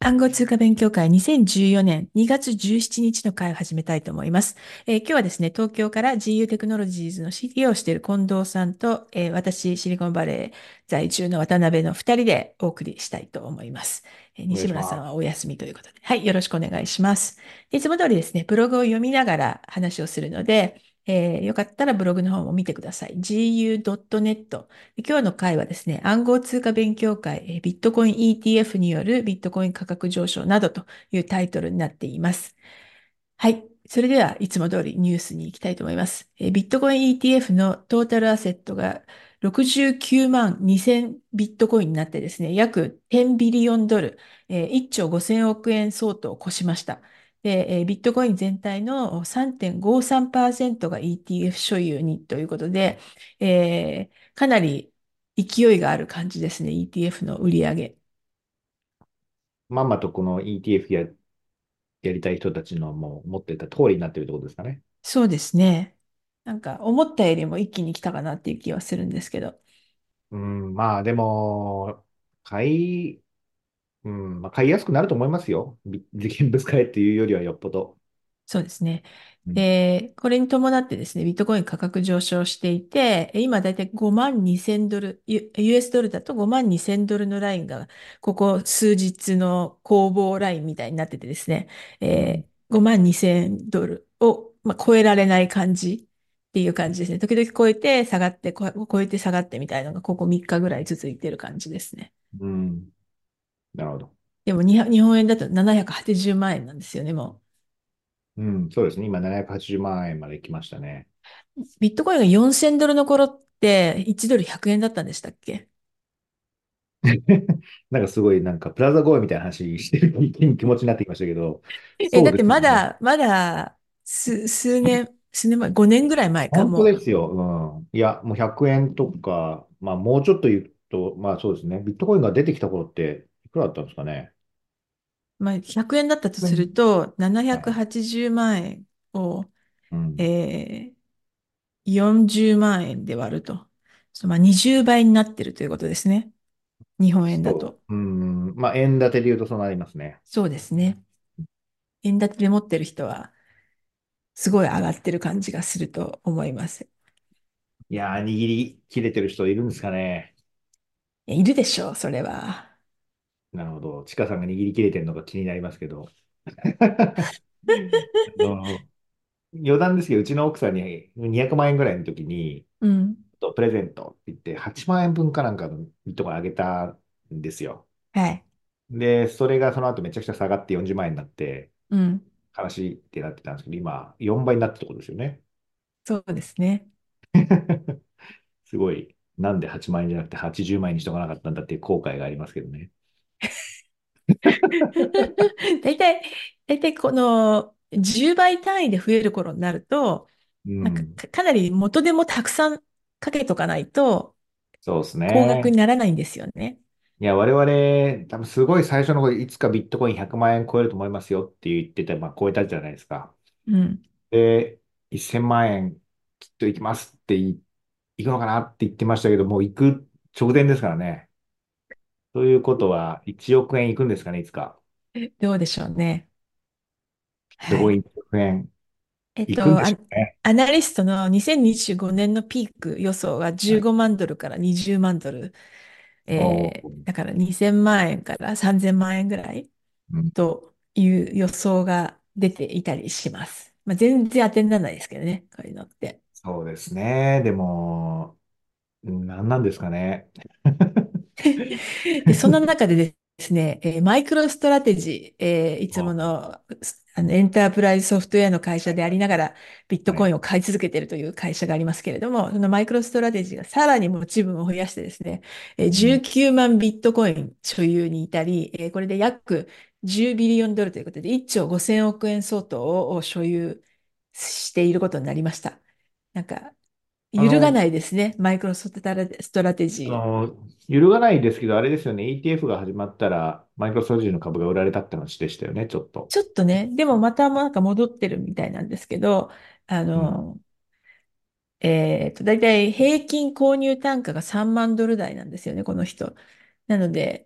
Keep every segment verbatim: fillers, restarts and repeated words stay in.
暗号通貨勉強会にせんじゅうよねんにがつじゅうしちにちの会を始めたいと思います。えー今日はですね、東京から ジーユー テクノロジーズの シーティーオー をしている近藤さんと、えー私、シリコンバレー在住の渡辺のふたりでお送りしたいと思います。えーお願い西村さんします。 はお休みということで。はい、よろしくお願いします。いつも通りですね、ブログを読みながら話をするので、えーよかったらブログの方も見てください。ジーユードットネット。今日の回はですね、暗号通貨勉強会、えービットコイン イーティーエフ によるビットコイン価格上昇などというタイトルになっています。はい。それではいつも通りニュースに行きたいと思います。えービットコイン イーティーエフ のトータルアセットがろくじゅうきゅうまんにせんビットコインになってですね、約じゅうビリオンドル、えーいっちょうごせんおく円相当を超しました。で、えービットコイン全体のさんてんごさんパーセントが イーティーエフ 所有にということで、えーかなり勢いがある感じですね、イーティーエフ の売り上げ。 まんまとこの イーティーエフ や、やりたい人たちのもう持ってた通りになってるってことですかね。 そうですね。なんか思ったよりも一気に来たかなっていう気はするんですけど。 うん、まあでも、買い、うん、まあ買いやすくなると思いますよ。び現物買えっていうよりはよっぽど。 そうですね。 うん、 で、これに伴ってですね、ビットコイン価格上昇していて、え今だいたいごまんにせんドル、ユ ユーエス ドルだとごまんにせんドルのラインが、ここ数日の攻防ラインみたいになっててですね、 うん、 えー、ごまんにせんドルを、まあ、超えられない感じっていう感じですね。時々超えて下がって、こ超えて下がってみたいなのが、ここみっかぐらい続いてる感じですね。 うん、なるほど。 でもに日本円だとななひゃくはちじゅうまん円なんですよね、もうん、そうですね。今ななひゃくはちじゅうまん円まで来ましたね。 う。ビットコインがよんせんドルの頃っていちドルひゃくえんだったんでしたっけ？ なんかすごいなんかプラザ合意みたいな話してる気持ちになってきましたけど、 え、 そうだってですよね。 まだ、まだ、数、数年、数年前、ごねんぐらい前か、 本当もですよ。うん。いや、もうひゃくえんとか、まあもうちょっと言うと、まあそうですね。ビットコインが出てきた頃っていくらだったんですかね。 う、まあ、ひゃくえんだったとするうん、 と、 はい。 ななひゃくはちじゅうまん円を、 うん。 えー、よんじゅうまん円で割ると。そう、まあ、にじゅうばいになってるということですね。日本円だと。 そう。うん。まあ円建てで言うとそうなりますね。 そうですね。円建てで持ってる人は、すごい上がってる感じがすると思います。 いやー、握り切れてる人いるんですかね。 いやいるでしょう、それは。 なるほど。ちかさんが握り切れてるのが気になりますけど。あの余談ですけど、うちの奥さんににひゃくまん円ぐらいの時に、 うん。 とプレゼントって言ってはちまん円分かなんかのビットコインあげたんですよ。 はい。 で、それがその後めちゃくちゃ下がってよんじゅうまん円になって、 うん。 悲しいってなってたんですけど、今よんばいになったってことですよね。 そうですね。 すごい、なんではちまん円じゃなくてはちじゅうまん円にしとかなかったんだっていう後悔がありますけどね。 大体、大体このじゅうばい単位で増える頃になると、なんかうん。 かかなり元でもたくさんかけとかないとそうです高額にね。 ならないんですよね。 いや、我々、多分すごい最初の頃、いつかビットコインひゃくまん円超えると思いますよって言ってて、まあ超えたじゃないですか。 うん。 で、せんまん円きっと行きますってい行くのかなって言ってましたけど、もう行く直前ですからね。ということはいちおく円行くんですかね、いつか。 どうでしょうね。はい。 ビットコインいちおく円えっと、 行くんでア、 しょうね。 アナリストのにせんにじゅうごねんのピーク予想は15 はい。 万ドルからにじゅうまんドル。 おえーー、 だからにせんまん円からさんぜんまん円ぐらいうん、 という予想が出ていたりします。まあ、全然当てにならないですけどね、こういうのって。 そうですね。でも、何なんですかね。 で、そんな中でですね、えーマイクロストラテジー、えーいつもあ、 の、あのエンタープライズソフトウェアの会社でありはいはいながら、ビットはい。 コインを買い続けているという会社がありますけれども、そのマイクロストラテジーがさらに持ち分を増やしてですね、えーうん、 じゅうきゅうまんビットコイン所有に至り、えーこれで約じゅうビリオンドルということで、いっちょうごせんおく円相当を所有していることになりました。なんか、揺るがあの、 ないですね、マイクロストラテあジー。 の、揺るがないですけど、あれですよね。イーティーエフ が始まったら、マイクロソフトの株が売られたって話でしたよね、ちょっと。 ちょっとね、でもまたなんか戻ってるみたいなんですけど、あうん。 の、えっと、だいたい平均購入単価がさんまんドル台なんですよね、この人。なので、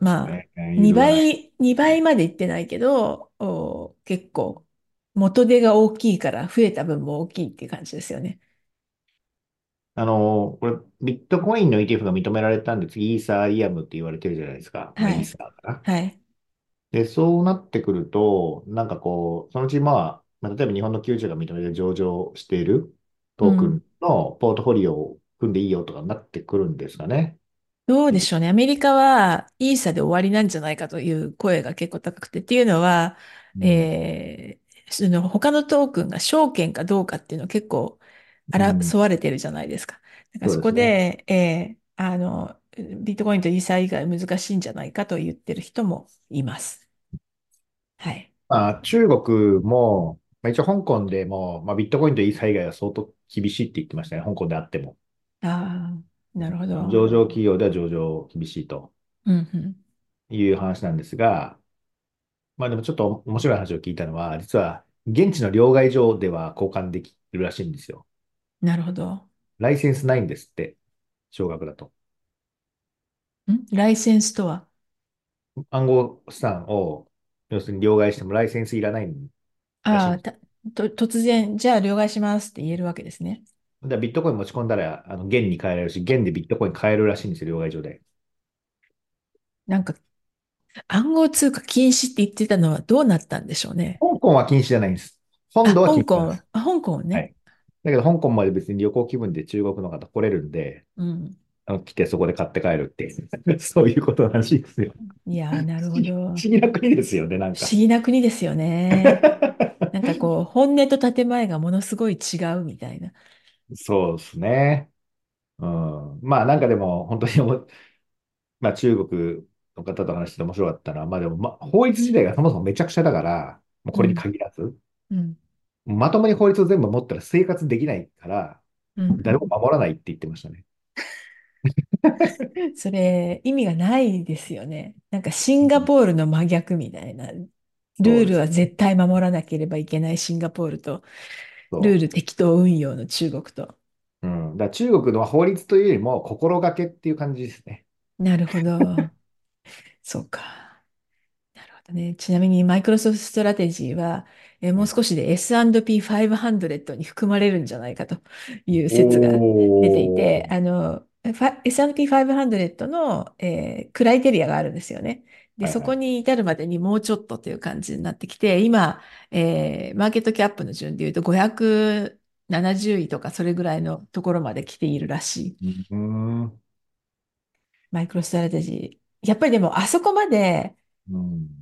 まあ、 えー揺るがない。 にばい、にばいまでいってないけど、お、結構、元手が大きいから増えた分も大きいっていう感じですよね。 あの、これ、ビットコインの イーティーエフ が認められたんで、次イーサリアムって言われてるじゃないですか。まあ、イーはい。 サーかな。 はい。 で、そうなってくると、なんかこう、そのうちまあ、まあ、例えば日本のきゅうじゅうが認めて上場しているトークンうん。 のポートフォリオを組んでいいよとかなってくるんですかね。 どうでしょうね。アメリカはイーサで終わりなんじゃないかという声が結構高くて。っていうのは、 うん。 えー、その他のトークンが証券かどうかっていうの結構うん。 争われてるじゃないですか。だからそこそうですね。 で、えー、あの、ビットコインとイーサ以外難しいんじゃないかと言ってる人もいます。はい。 まあ、中国も、まあ、一応香港でも、まあ、ビットコインとイーサ以外は相当厳しいって言ってましたね。香港であっても。 ああ、なるほど。 上場企業では上場厳しいとうんうん。 いう話なんですが、まあでもちょっと面白い話を聞いたのは、実は現地の両替所では交換できるらしいんですよ。 なるほど。 ライセンスないんですって、少額だと。 んライセンスとは？ 暗号資産を、要するに両替してもライセンスいらないらしいんああ、 です。 た、と、突然、じゃあ両替しますって言えるわけですね。 だからビットコイン持ち込んだら、あの、元に変えられるし、元でビットコイン買えるらしいんですよ、両替所で。 なんか暗号通貨禁止って言ってたのはどうなったんでしょうね。 香港は禁止じゃないんです。本あ、 土は禁香港、 止なんです。 あ、香港ね。 はい。だけど、香港まで別に旅行気分で中国の方来れるんで、 うん。 あの、来てそこで買って帰るっていう、そういうことらしいですよ。 いやー、なる不思議、不ほど。 思議な国ですよね、なんか。 不思議な国ですよね。なんかこう、本音と建前がものすごい違うみたいな。 そうですね。うん。まあなんかでも本当におも、まあ中国の方と話してて面白かったのは、まあでも、まあ、法律自体がそもそもめちゃくちゃだから、もうこれにうん、 限らず、 うん、 まともに法律を全部持ったら生活できないから、 うん、 誰も守らないって言ってましたね。 うん。それ、意味がないですよね。なんかシンガポールの真逆みたいな。ルールはそうですね。 絶対守らなければいけないシンガポールと、ルそール適当運用の中国と。 う。うん。だから中国の法律というよりも心がけっていう感じですね。 なるほど。そうか。なるほどね。ちなみに、マイクロソフトストラテジーは、えーもうはい。 少しで エスアンドピーファイブハンドレッド に含まれるんじゃないかという説が出ていて、 おー。 あの、ファ エスアンドピーファイブハンドレッド の、えークライテリアがあるんですよね。で、そこはいはい。 に至るまでにもうちょっとという感じになってきて、今、えーマーケットキャップの順で言うとごひゃくななじゅういとかそれぐらいのところまで来ているらしい。 うん。 マイクロストラテジー。やっぱりでもあそこまでうん。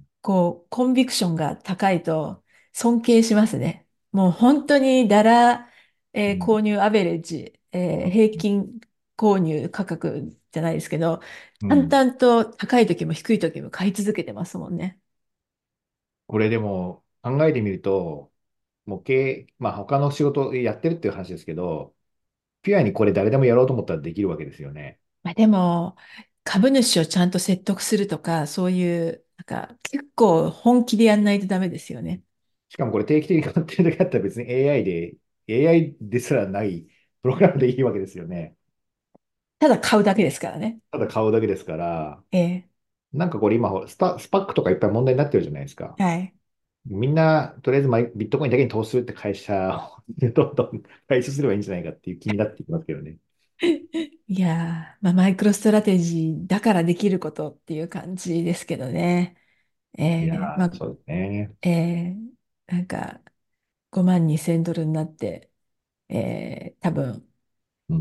こう、コンビクションが高いと尊敬しますね。もう本当にダラ、えーうん。 購入アベレージ、えー平均購入価格じゃないですけど、淡うん。 々と高い時も低い時も買い続けてますもんね。 これでも考えてみると、もう経営、まあ他の仕事やってるっていう話ですけど、ピュアにこれ誰でもやろうと思ったらできるわけですよね。 まあ、でも、株主をちゃんと説得するとか、そういう、なんか結構本気でやんないとダメですよね。 しかもこれ定期的に買ってるだけだったら別に エーアイ で、エーアイ ですらないプログラムでいいわけですよね。 ただ買うだけですからね。 ただ買うだけですから、 ええ、 なんかこれ今スタ、スパックとかいっぱい問題になってるじゃないですか。 はい。 みんな、とりあえずマイビットコインだけに投資するって会社をどんどん回収すればいいんじゃないかっていう気になってきますけどね。 いやー、まあ、マイクロストラテジーだからできることっていう感じですけどね。 いやえー、まー、そうですね。 あ、えー、なんかごまんにせんドルになって、えー、多分うん。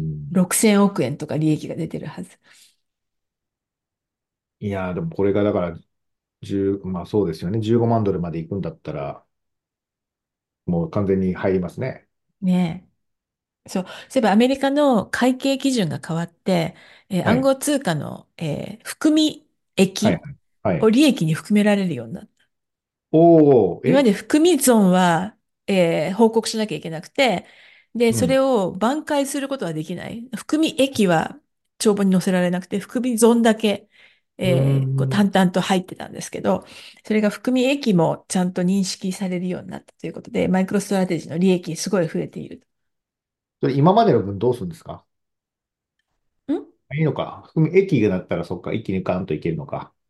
ろくせんおく円とか利益が出てるはず。 いやー、でもこれがだからじゅう、まあそうですよね。じゅうごまんドルまで行くんだったら、もう完全に入りますね。 ねえ。そう。そういえばアメリカの会計基準が変わって、えーはい。 暗号通貨の、えー含みはい。 益はい。 を利益に含められるようになった。 おー、 今まえ、 で含み損は、えー報告しなきゃいけなくて、で、そうん。 れを挽回することはできない。含み益は帳簿に載せられなくて、含み損だけ、 うーえーこうん。 淡々と入ってたんですけど、それが含み益もちゃんと認識されるようになったということで、マイクロストラテジーの利益すごい増えている。 それ今までの分どうするんですか？ んいいのか。含み益がだったらそっか、一気にガンといけるのか。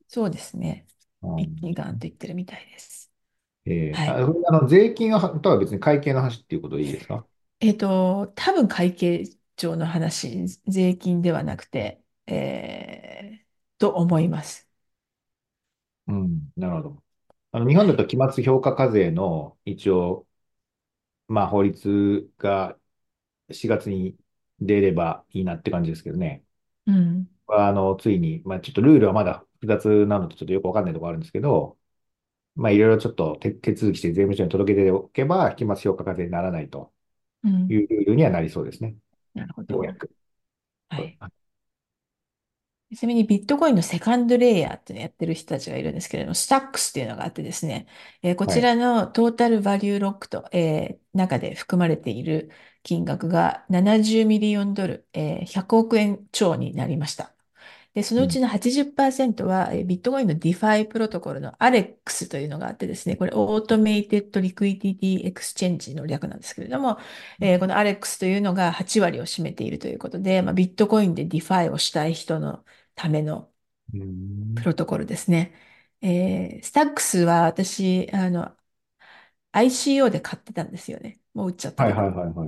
そうですね。一気うん、 にガーンといってるみたいです。 えー、 はい。 あ、あの、税金はとは別に会計の話っていうことでいいですか？ えっと、多分会計上の話、税金ではなくて、えー、と思います。 うん、なるほど。あの、日本だとはい。 期末評価課税の一応、まあ法律がしがつに出ればいいなって感じですけどね。 うん。 あの、ついに、まあちょっとルールはまだ複雑なのでちょっとよくわかんないところあるんですけど、まあいろいろちょっと手、手続きして税務署に届けておけば、期末評価課税にならないとうん。 いうルールにはなりそうですね。 なるほど。 ようやく。 はい。ちなみにビットコインのセカンドレイヤーっていうのをやってる人たちがいるんですけれども、スタックスっていうのがあってですね、えーこはい。 ちらのトータルバリューロックと、えー中で含まれている金額がななじゅうミリオンドル、えーひゃくおく円超になりました。で、そのうん。 うちのはちじゅっパーセントは、えービットコインの ディファイ プロトコルの アレックス というのがあってですね、これオートメイテッドリクイディティエクスチェンジの略なんですけれども、えーこの アレックス というのがはち割を占めているということで、まあ、ビットコインで ディファイ をしたい人のためのうん。 プロトコルですね。えー、スタックスは私、あの、アイシーオー で買ってたんですよね。もう売っちゃったはいはいけど。 はいはい。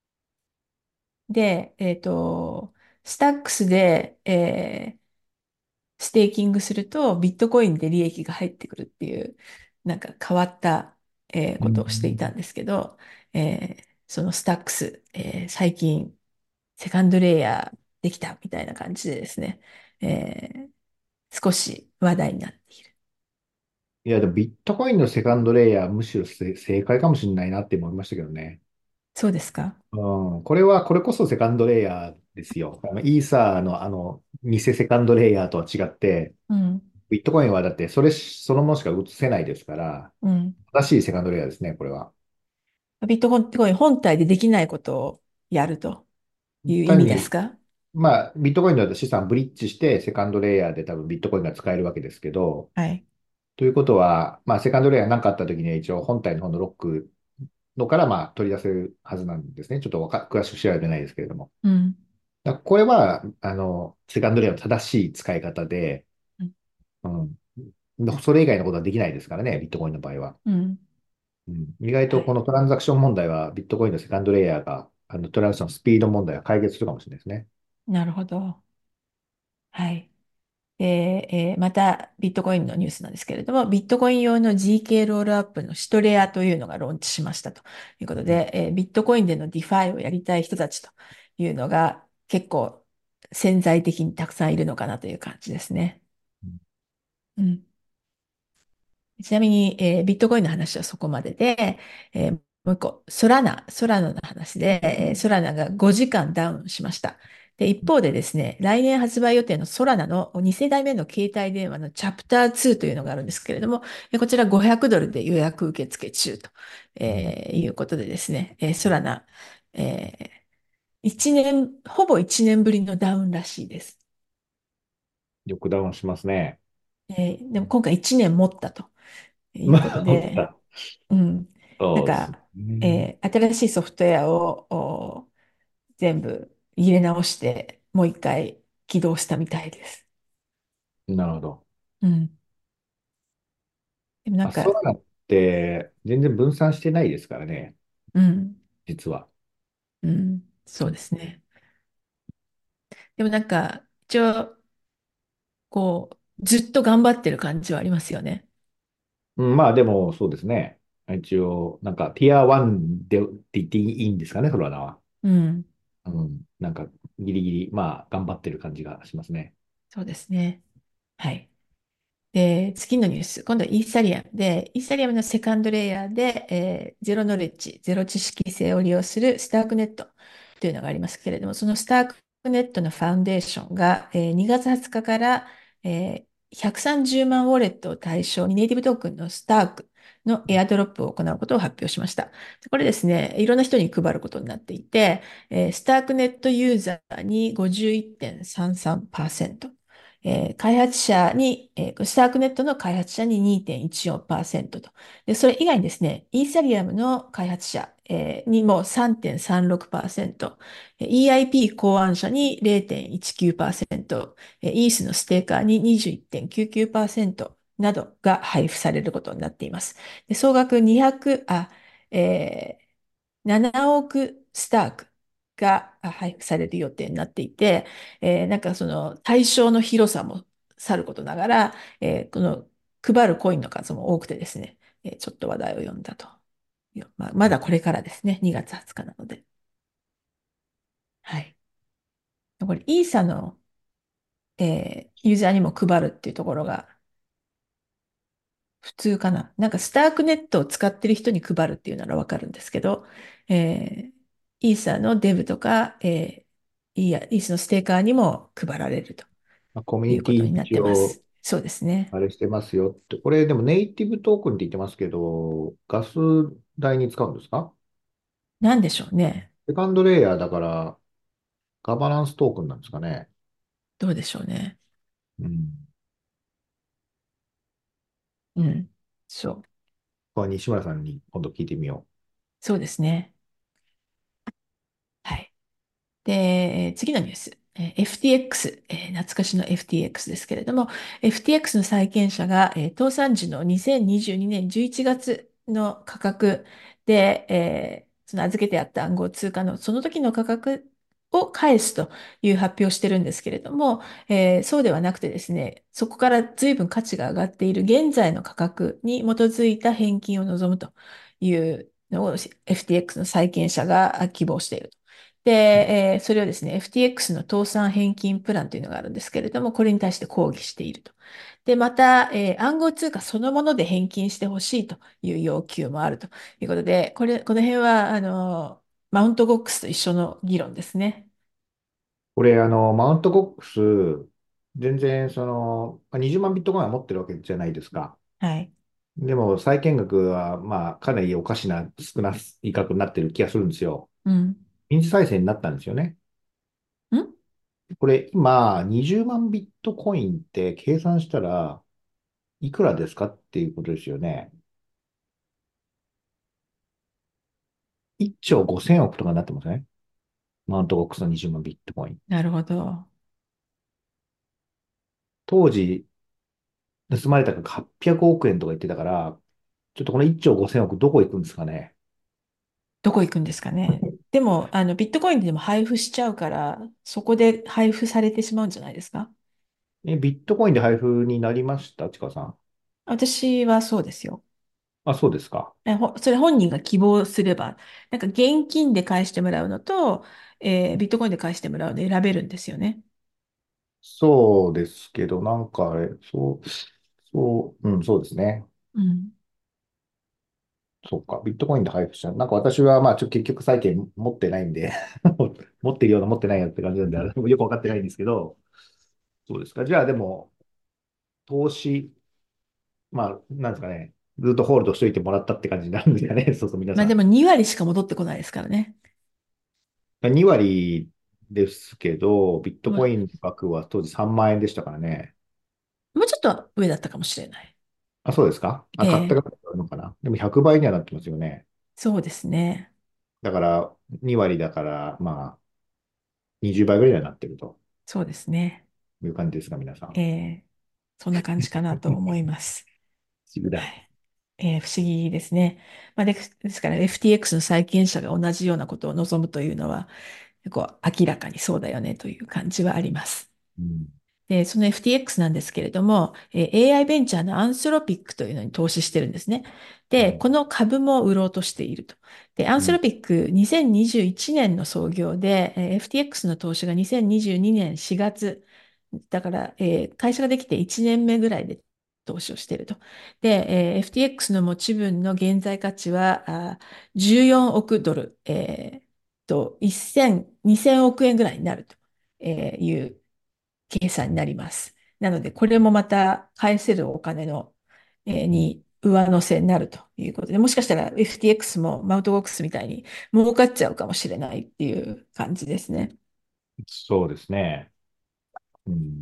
で、えっと、スタックスで、えーステーキングすると、ビットコインで利益が入ってくるっていう、なんか変わった、えーうことをしていたん。 んですけど、えーそのスタックス、えー最近、セカンドレイヤーできたみたいな感じでですね、えー少し話題になっている。 いや、でもビットコインのセカンドレイヤー、むしろせ正解かもしれないなって思いましたけどね。 そうですか？ うん、これは、これこそセカンドレイヤーですよ。あのイーサーのあの、偽セカンドレイヤーとは違って、 うん、 ビットコインはだってそれそのものしか移せないですから、 うん。 正しいセカンドレイヤーですね、これは。 ビットコイン本体でできないことをやるという意味です単に、 か？ まあ、ビットコインの資産ブリッジして、セカンドレイヤーで多分ビットコインが使えるわけですけど、 はい。 ということは、まあ、セカンドレイヤー何かあった時には一応本体の方のロックのからまあ取り出せるはずなんですね。ちょっとわか詳しく調べてないですけれども。 うん。 だからこれは、あの、セカンドレイヤーの正しい使い方で、 うん。 うん。それ以外のことはできないですからね、ビットコインの場合は。 うん。 うん、意外とこはい。 のトランザクション問題は、ビットコインのセカンドレイヤーが、あのトランザクションのスピード問題を解決するかもしれないですね。 なるほど。はい。で、えーまたビットコインのニュースなんですけれども、ビットコイン用の ジーケー ロールアップのシトレアというのがローンチしましたということうん。 で、えービットコインでの ディファイ をやりたい人たちというのが結構潜在的にたくさんいるのかなという感じですね。うん。ちなみに、えービットコインの話はそこまでで、えーもう一個、ソラナ、ソラナの話で、えーソラナがごじかんダウンしました。で、一方でですね、来年発売予定のソラナのに世代目の携帯電話のチャプターツーというのがあるんですけれども、えこちらごひゃくドルで予約受付中と、 うん。 えーいうことでですね、えーソラナ、えー、一年、ほぼいちねんぶりのダウンらしいです。 よくダウンしますね。 えーでも今回いちねん持ったということまあ、思っで、 た。 うん。なんそうですか、 ね。 えー新しいソフトウェアをお全部入れ直して、もう一回起動したみたいです。 なるほど。 うん。でもなまあ、 んか、 ソラナって全然分散してないですからね、 うん、 実は。 うん、そうですね。でもなんか、一応、こう、ずっと頑張ってる感じはありますよね。 うん、まあでもそうですね。一応、なんか、ティアワンでって言っていいんですかね、ソラナは。 うん、 うん。なんか、ギリギリ、まあ、頑張ってる感じがしますね。 そうですね。はい。で、次のニュース。今度はイーサリアムで、イーサリアムのセカンドレイヤーで、えーゼロノレッジ、ゼロ知識性を利用するスタークネットというのがありますけれども、そのスタークネットのファウンデーションが、えーにがつはつかかから、えーひゃくさんじゅうまんウォレットを対象にネイティブトークンのスタークのエアドロップを行うことを発表しました。これですね、いろんな人に配ることになっていて、えースタークネットユーザーにごじゅういってんさんさんパーセント、 えー開発者に、えースタークネットの開発者ににてんいちよんパーセントと。で、それ以外にですね、イーサリアムの開発者、えーにもさんてんさんろくパーセント、えー イーアイピー 考案者にれいてんいちきゅうパーセント、えーイースのステーカーににじゅういってんきゅうきゅうパーセントなどが配布されることになっています。で、総額にひゃく、あ、えーななおくスタークが配布される予定になっていて、えーなんかその対象の広さもさることながら、えーこの配るコインの数も多くてですね、えーちょっと話題を呼んだと。いやまあ、まだこれからですね、にがつはつかなので。はい。これ、イーサの、えーユーザーにも配るっていうところが普通かな。なんかスタークネットを使ってる人に配るっていうならわかるんですけど、えーイーサのデブとか、えー、イーイースのステーカーにも配られるとまあ、コミュいうニティにことになって一応、 ます。そうですね。 あれしてますよって。これでもネイティブトークンって言ってますけど、ガス代に使うんですか？ なんでしょうね。 セカンドレイヤーだからガバナンストークンなんですかね。 どうでしょうね。 うん。 うん。そう。 ここは西村さんに今度聞いてみよそうですね。はい。で、えー次のニュース。えー エフティーエックス、えー懐かしの エフティーエックス ですけれども、エフティーエックス の債権者が、えー倒産時のにせんにじゅうにねんじゅういちがつの価格で、えーその預けてあった暗号通貨のその時の価格を返すという発表をしてるんですけれども、えーそうではなくてですね、そこから随分価値が上がっている現在の価格に基づいた返金を望むというのを エフティーエックス の債権者が希望している。で、えーそれをですね、エフティーエックス の倒産返金プランというのがあるんですけれども、これに対して抗議していると。で、また、えー暗号通貨そのもので返金してほしいという要求もあるということで、これ、この辺は、あの、マウントゴックスと一緒の議論ですね。 う。これ、あの、マウントゴックス、全然、その、まあにじゅうまんビットコインは持ってるわけじゃないですか。 はい。 でも、債権額は、まあ、かなりおかしな、少ない額になってる気がするんですよ。 うん。 民事再生になったんですよね。 んこれ、今、にじゅうまんビットコインって計算したらいくらですかっていうことですよね。いっちょうごせんおくとかになってますね。マウントゴックスのにじゅうまんビットコイン。 なるほど。 当時、盗まれた額はっぴゃくおく円とか言ってたから、ちょっとこのいっちょうごせんおくどこ行くんですかね。 どこ行くんですかね。でも、あの、ビットコインでも配布しちゃうから、そこで配布されてしまうんじゃないですか。 え、ビットコインで配布になりましたちかさん？ 私はそうですよ。 あ、そうですか。 え、ほ、それ本人が希望すれば、なんか現金で返してもらうのと、えービットコインで返してもらうの選べるんですよね。 そうですけど、なんかあれ、そう、そう、うん、そうですね。 うん。 そうか、ビットコインで配布した。なんか私は、まあ、ちょ、結局債券持ってないんで持ってるような持ってないよって感じなんで、あれよくわかってないんですけど、そうですか。じゃあでも、投資、まあ、なんですかね、ずっとホールドしといてもらったって感じになるんですかね、そうそう、皆さん。 まあでもに割しか戻ってこないですからね。 に割ですけど、ビットまあ、 コインの額は当時さんまん円でしたからね。 もうちょっと上だったかもしれない。 あ、そうですか？あ、買ったええ、 額があるのかな？でもひゃくばいにはなってますよね。 そうですね。 だから、に割だから、まあ、にじゅうばいぐらいにはなってるとそうですね。 いう感じですが、皆さん。 ええ、そんな感じかなと思います。 不思議だ。 はい。えー不思議ですね。まあ、で、ですから エフティーエックス の債権者が同じようなことを望むというのは、こう明らかにそうだよねという感じはあります。 うん。 で、その エフティーエックス なんですけれども、えー エーアイ ベンチャーのアンスロピックというのに投資してるんですね。で、 うん。 この株も売ろうとしていると。で、アンスうん。 ロピックにせんにじゅういちねんの創業で、えー エフティーエックス の投資がにせんにじゅうにねんしがつ、だから、えー会社ができていちねんめぐらいで投資をしていると。で、えー エフティーエックス の持ち分の現在価値はあじゅうよんおくドル、えーと、せん、にせんおく円ぐらいになるとえーいう計算になります。なので、これもまた返せるお金の、えーうん。 に上乗せになるということで、もしかしたら エフティーエックス もマウントボックスみたいに儲かっちゃうかもしれないっていう感じですね。 そうですね。うん。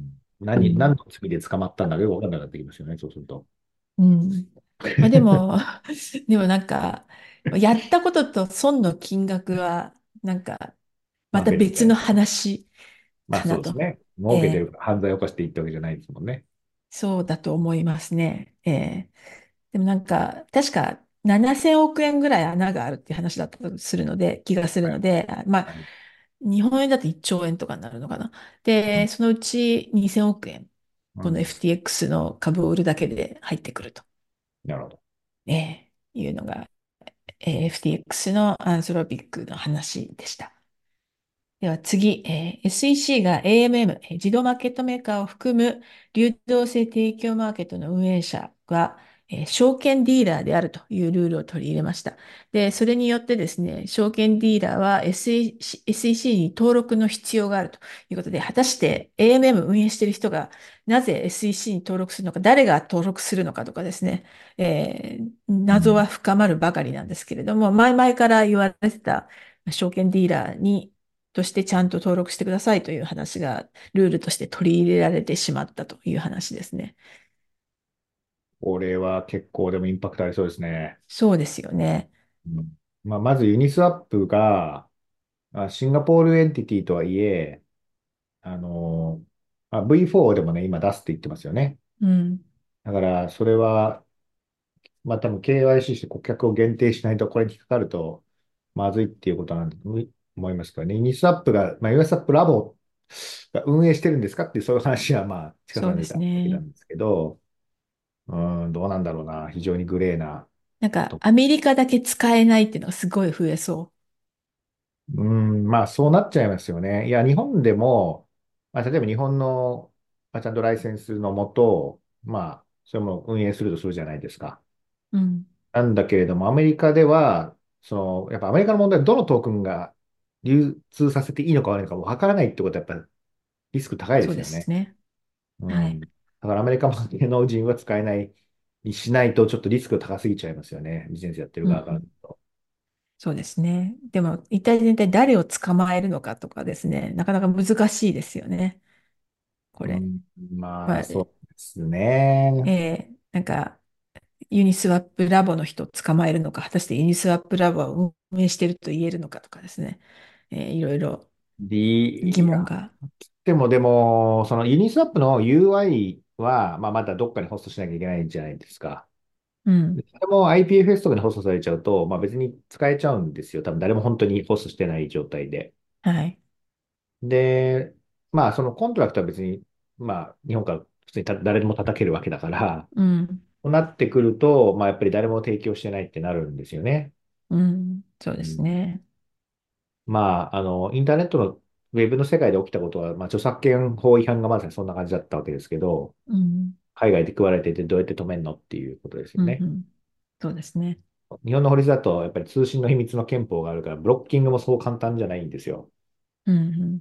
何、何うん。 の罪で捕まったんだかよくわかんなくなってきますよね、そうすると。 うん。まあでも、でもなんか、やったことと損の金額は、なんか、 まあまた別の別で。 話まあかなと。 そうですね。儲けてるええ、 から犯罪を犯していったわけじゃないですもんね。 そうだと思いますね。ええ。でもなんか、確かななせんおく円ぐらい穴があるっていう話だったとするので、気がするはい。 ので、あまあ、 はい。 日本円だといっちょう円とかになるのかな。で、 うん。 そのうちにせんおく円、このうん。 エフティーエックス の株を売るだけで入ってくると、 なるほど。 ええいうのが、えー エフティーエックス のアンソロピックの話でした。では次、えー エスイーシー が エーエムエム、えー自動マーケットメーカーを含む流動性提供マーケットの運営者が、えー証券ディーラーであるというルールを取り入れました。で、それによってですね、証券ディーラーは エスイーシー、エスイーシー に登録の必要があるということで、果たして エーエムエム 運営している人がなぜ エスイーシー に登録するのか、誰が登録するのかとかですね、えー謎うん。 は深まるばかりなんですけれども、前々から言われてた証券ディーラーにとしてちゃんと登録してくださいという話がルールとして取り入れられてしまったという話ですね。 これは結構でもインパクトありそうですね。 そうですよね。 うん。まあ、まずユニスワップが、あシンガポールエンティティとはいえ、あの、あ ブイフォー でもね、今出すって言ってますよね。 うん。 だから、それは、まあ多分 ケーワイシー して顧客を限定しないとこれにかかるとまずいっていうことなんだと思いますからね。ユニスワップが、まあ、ユニスワップラボが運営してるんですかっていうそういう話はまあ近くそうでが出たわけなすね。 んですけど、うーん、どうなんだろうな。非常にグレーななんか、 と。 アメリカだけ使えないっていうのがすごい増えそうーん、まあそうなっちゃいますよね。いや、日本でも、まあ、例えば日本の、まあ、ちゃんとライセンスのもと、まあ、それも運営するとするじゃないですか。 う。うん。 なんだけれども、アメリカでは、その、やっぱアメリカの問題はどのトークンが流通させていいのか悪いのかわからないってことはやっぱりリスク高いでそうですよね。 すね。はい。 うん。だからアメリカも芸能人は使えないにしないとちょっとリスクが高すぎちゃいますよね。ビジネスやってる側からすうん。 ると。 そうですね。でも、一体全体誰を捕まえるのかとかですね、なかなか難しいですよね。これ。 うん。まあ、 まあ、 そうですね。 えーなんか、ユニスワップラボの人を捕まえるのか、果たしてユニスワップラボを運営していると言えるのかとかですね、えーいろいろ D、 疑いや、 問が。 でもでも、そのユニスワップの ユーアイ は、まあ、まだどっかにホストしなきゃいけないんじゃないですか。 うん、 でそれも アイピーエフエス とかにホストされちゃうと、まあ別に使えちゃうんですよ。多分誰も本当にホストしてない状態で。 はい。 で、まあそのコントラクトは別に、まあ日本から普通にた誰でも叩けるわけだから、 うん、 となってくると、まあやっぱり誰も提供してないってなるんですよね。 うん、そうですうん、 ね。 まあ、あの、インターネットのウェブの世界で起きたことは、まあ著作権法違反がまさにそんな感じだったわけですけど、 うん、 海外で食われていてどうやって止めるのっていうことですようん、うね。 ん、そうですね。 日本の法律だと、やっぱり通信の秘密の憲法があるから、ブロッキングもそう簡単じゃないんですよ。 うん、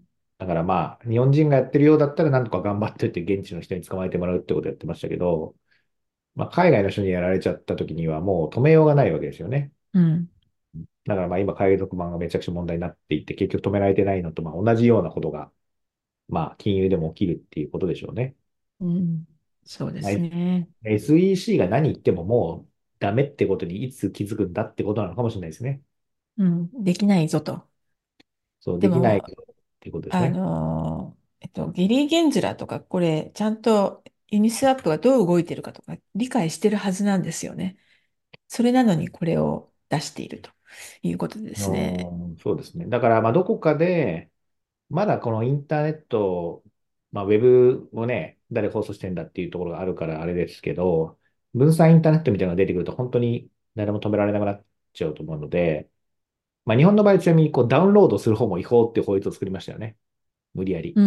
だからまあ、日本人がやってるようだったら、なんとか頑張ってって現地の人に捕まえてもらうってことをやってましたけど、まあ、海外の人にやられちゃった時にはもう止めようがないわけですよね。 うん、 だからまあ今、海賊版がめちゃくちゃ問題になっていて、結局止められてないのとまあ同じようなことが、まあ、金融でも起きるっていうことでしょうね。 うん、そうでまあ、 すね。 エスイーシー が何言ってももうダメってことにいつ気づくんだってことなのかもしれないですね。 うん、できないぞと。 そう、できないっでも、 ていうことですあね。 のーえっと、ゲリー・ゲンズラーとか、これ、ちゃんとユニスワップがどう動いてるかとか、理解してるはずなんですよね。それなのにこれを出しているということでうすね。 ん、そうですね。だから、まあ、どこかで、まだこのインターネット、まあ、ウェブをね、誰放送してんだっていうところがあるからあれですけど、分散インターネットみたいなのが出てくると、本当に誰も止められなくなっちゃうと思うので、まあ、日本の場合、ちなみにこうダウンロードする方も違法っていう法律を作りましたよね。無理やり。 うん、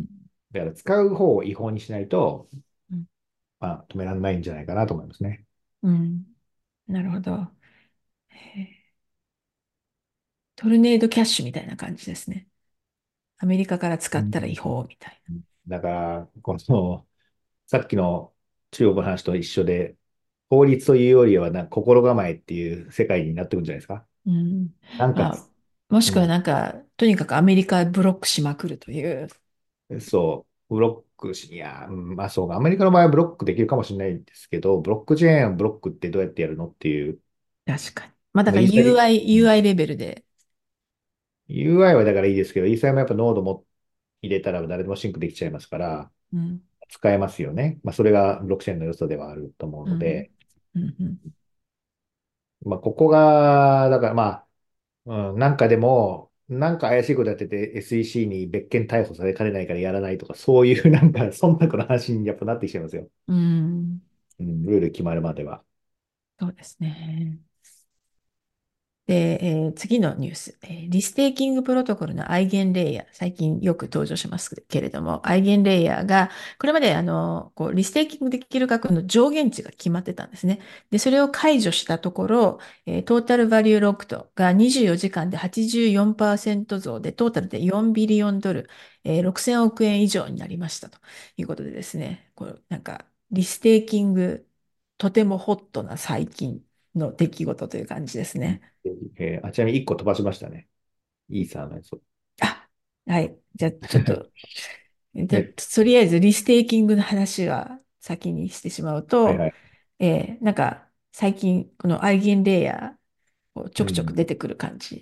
だから使う方を違法にしないと、 うん、 まあ、止められないんじゃないかなと思いますね。 うん。なるほど。へートルネードキャッシュみたいな感じですね。アメリカから使うったら違ん。 法みたいだから、この、さっきの中国の話と一緒で、法律というよりはな心構えっていう世界になってくるんじゃないですか。 な。うん。 なんかつ、 まあ、もしくはうん、 なんか、とにかくアメリカブロックしまくるという。 そう。 ブロックし、いや、うんまあそうか、アメリカの場合はブロックできるかもしれないんですけど、ブロックチェーンブロックってどうやってやるのっていう、 確かに。まあ、だまあ、 からイーサリ、 ユーアイ、 うんユーアイ レベルで。 ユーアイ はだからいいですけど、イーサリもやっぱノードも入れたら誰でもシンクできちゃいますから、 うん。 使えますよね。まあそれがブロックチェーンの良さではあると思ううん。 ので、 うん。うん。 まあここが、だからまあ、うん、なんかでも、なんか怪しいことやってて エスイーシー に別件逮捕されかねないからやらないとか、そういうなんか、そんなこの話にやっぱなってきちゃいますよ。 うん。 うん、ルール決まるまでは。 そうですね。で、えー次のニュース、えーリステーキングプロトコルのアイゲンレイヤー、最近よく登場しますけれども、アイゲンレイヤーが、これまであのこうリステーキングできる額の上限値が決まってたんですね。で、それを解除したところ、えートータルバリューロックトがにじゅうよじかんではちじゅうよんパーセント増で、トータルでよんビリオンドル、えーろくせんおく円以上になりましたということでですね、これなんかリステーキング、とてもホットな最近の出来事という感じですね。 えーあ、ちなみにいっこ飛ばしましたね。イーサーのやつを。 あ、はい。じゃあ、ちょっと、じゃあえ、 とりあえずリステーキングの話は先にしてしまうと、 はいはい。 えーなんか、最近、このアイゲンレイヤーをちょくちょくうん。 出てくる感じうん。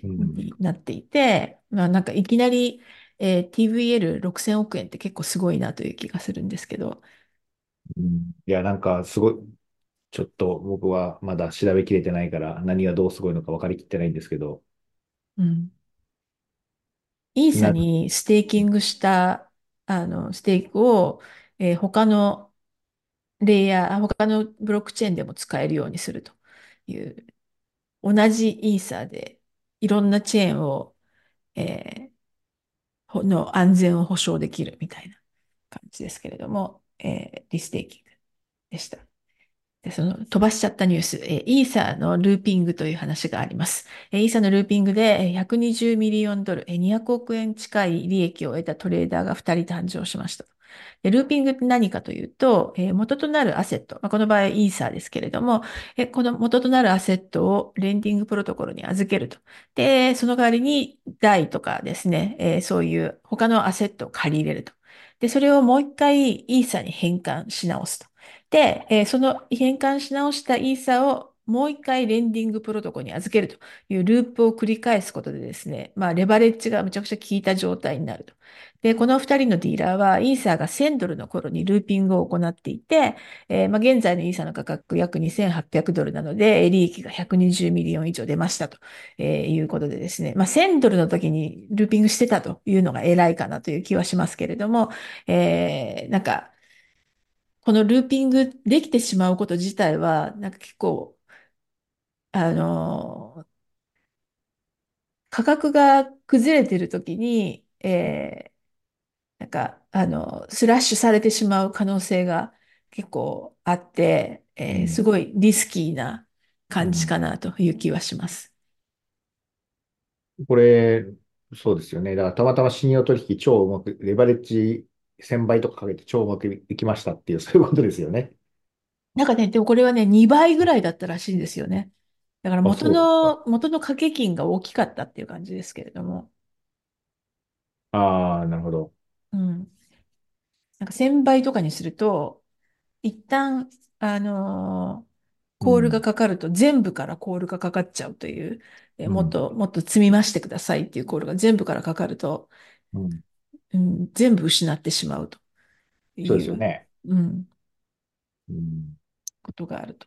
になっていて、まあ、なんかいきなり、えー ティーブイエルろくせんおく円って結構すごいなという気がするんですけど、 うん、いや、なんかすごい、ちょっと僕はまだ調べきれてないから何がどうすごいのか分かりきってないんですけど、 うん。イーサな、 にステーキングした、あの、ステークを、えー他のレイヤー、他のブロックチェーンでも使えるようにするという、同じイーサでいろんなチェーンを、えーほの安全を保証できるみたいな感じですけれども、えーリステーキングでした。で、その飛ばしちゃったニュース、えーイーサのルーピングという話があります。えーイーサのルーピングでえーひゃくにじゅうミリオンドル、えーにひゃくおく円近い利益を得たトレーダーがふたり誕生しました。で、ルーピングって何かというと、えー元となるアセット、まあ、この場合イーサーですけれども、えーこの元となるアセットをレンディングプロトコルに預けると。で、その代わりにダイとかですね、えーそういう他のアセットを借り入れると。で、それをもう一回イーサに変換し直すと。で、えーその変換し直したイーサをもう一回レンディングプロトコルに預けるというループを繰り返すことでですね、まあ、レバレッジがむちゃくちゃ効いた状態になると。で、このふたりのディーラーは、イーサーがせんドルの頃にルーピングを行っていて、えーまあ、現在のイーサーの価格約にせんはっぴゃくドルなので、利益がひゃくにじゅうミリオン以上出ましたと、えーいうことでですね、まあ、せんドルの時にルーピングしてたというのが偉いかなという気はしますけれども、えーなんか、このルーピングできてしまうこと自体は、なんか結構、あのー価格が崩れてる時に、えーなんか、あの、スラッシュされてしまう可能性が結構あって、えーすうん、 ごいリスキーな感じうん。 かなという気はします。 これ、そうですよね。だからたまたま信用取引超うまく、レバレッジせんばいとかかけて超うまくいきましたっていう、そういうことですよね。 なんかね、でもこれはね、にばいぐらいだったらしいんですよね。だからあ、 元そうですか。 の、元の掛け金が大きかったっていう感じですけれども、 ああ、なるほど。 うん。なんかせんばいとかにすると、一旦、あのーコールがうん、 かかると全部からコールがかかっちゃうという、えうん、 もっともっと積み増してくださいっていうコールが全部からかかると、 うん。 うん、全部失ってしまうとそうでいう、 すよね。 うん、 うん。 ことがあると。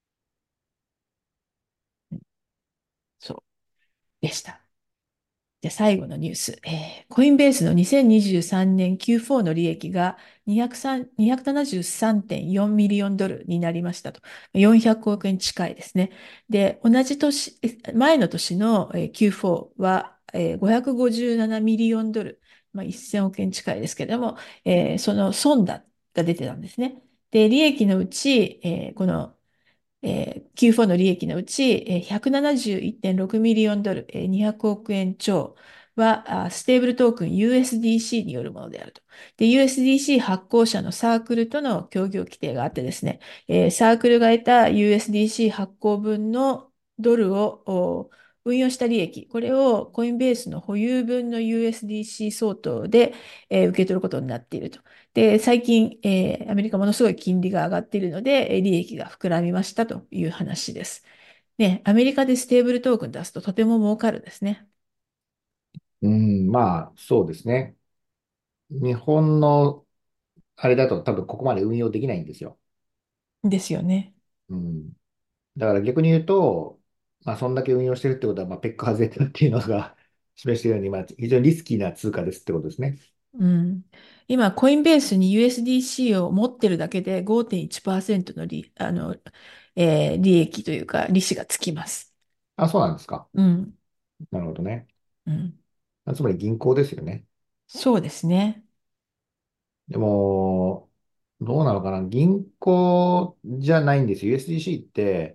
うん、そうでした。じゃあ最後のニュース。えーコインベースのにせんにじゅうさんねん キューフォー の利益がにひゃくさん にひゃくななじゅうさんてんよんミリオンドルになりましたと。よんひゃくおく円近いですね。で、同じ年、え前の年のえー キューフォー はえーごひゃくごじゅうななミリオンドル、まあ、せんおく円近いですけれども、えーその損だが出てたんですね。で、利益のうち、えーこのえー、キューフォー の利益のうち、えー、ひゃくななじゅういってんろくミリオンドル、えー、にひゃくおく円超は、あステーブルトークン ユーエスディーシー によるものであると。で、ユーエスディーシー 発行者のサークルとの協業規定があってですね、えーサークルが得た ユーエスディーシー 発行分のドルを運用した利益、これをコインベースの保有分の ユーエスディーシー 相当で、えー受け取ることになっていると。で、最近、えーアメリカものすごい金利が上がっているので、えー利益が膨らみましたという話です。ね、アメリカでステーブルトークン出すととても儲かるですね。 うん、まあ、そうですね。日本のあれだと多分ここまで運用できないんですよ。 ですよね。 うん。だから逆に言うと、まあ、そんだけ運用してるってことは、まあ、ペック外れてるっていうのが示しているように、まあ、非常にリスキーな通貨ですってことですね。 うん。今、コインベースに ユーエスディーシー を持ってるだけでごてんいちパーセントの利、あの、えー利益というか、利子がつきます。 あ、そうなんですか。 うん。 なるほどね。 うん。 つまり銀行ですよね。 そうですね。 でも、どうなのかな。銀行じゃないんですよ。ユーエスディーシー って、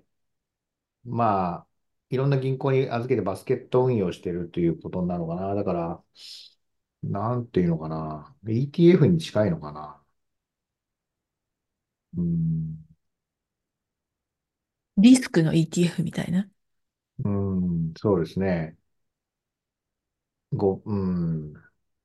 まあ、いろんな銀行に預けてバスケット運用してるということなのかな。だから、なんていうのかな。イーティーエフ に近いのかな。うん。 リスクの イーティーエフ みたいな。 うん、そうですね。ご、うん。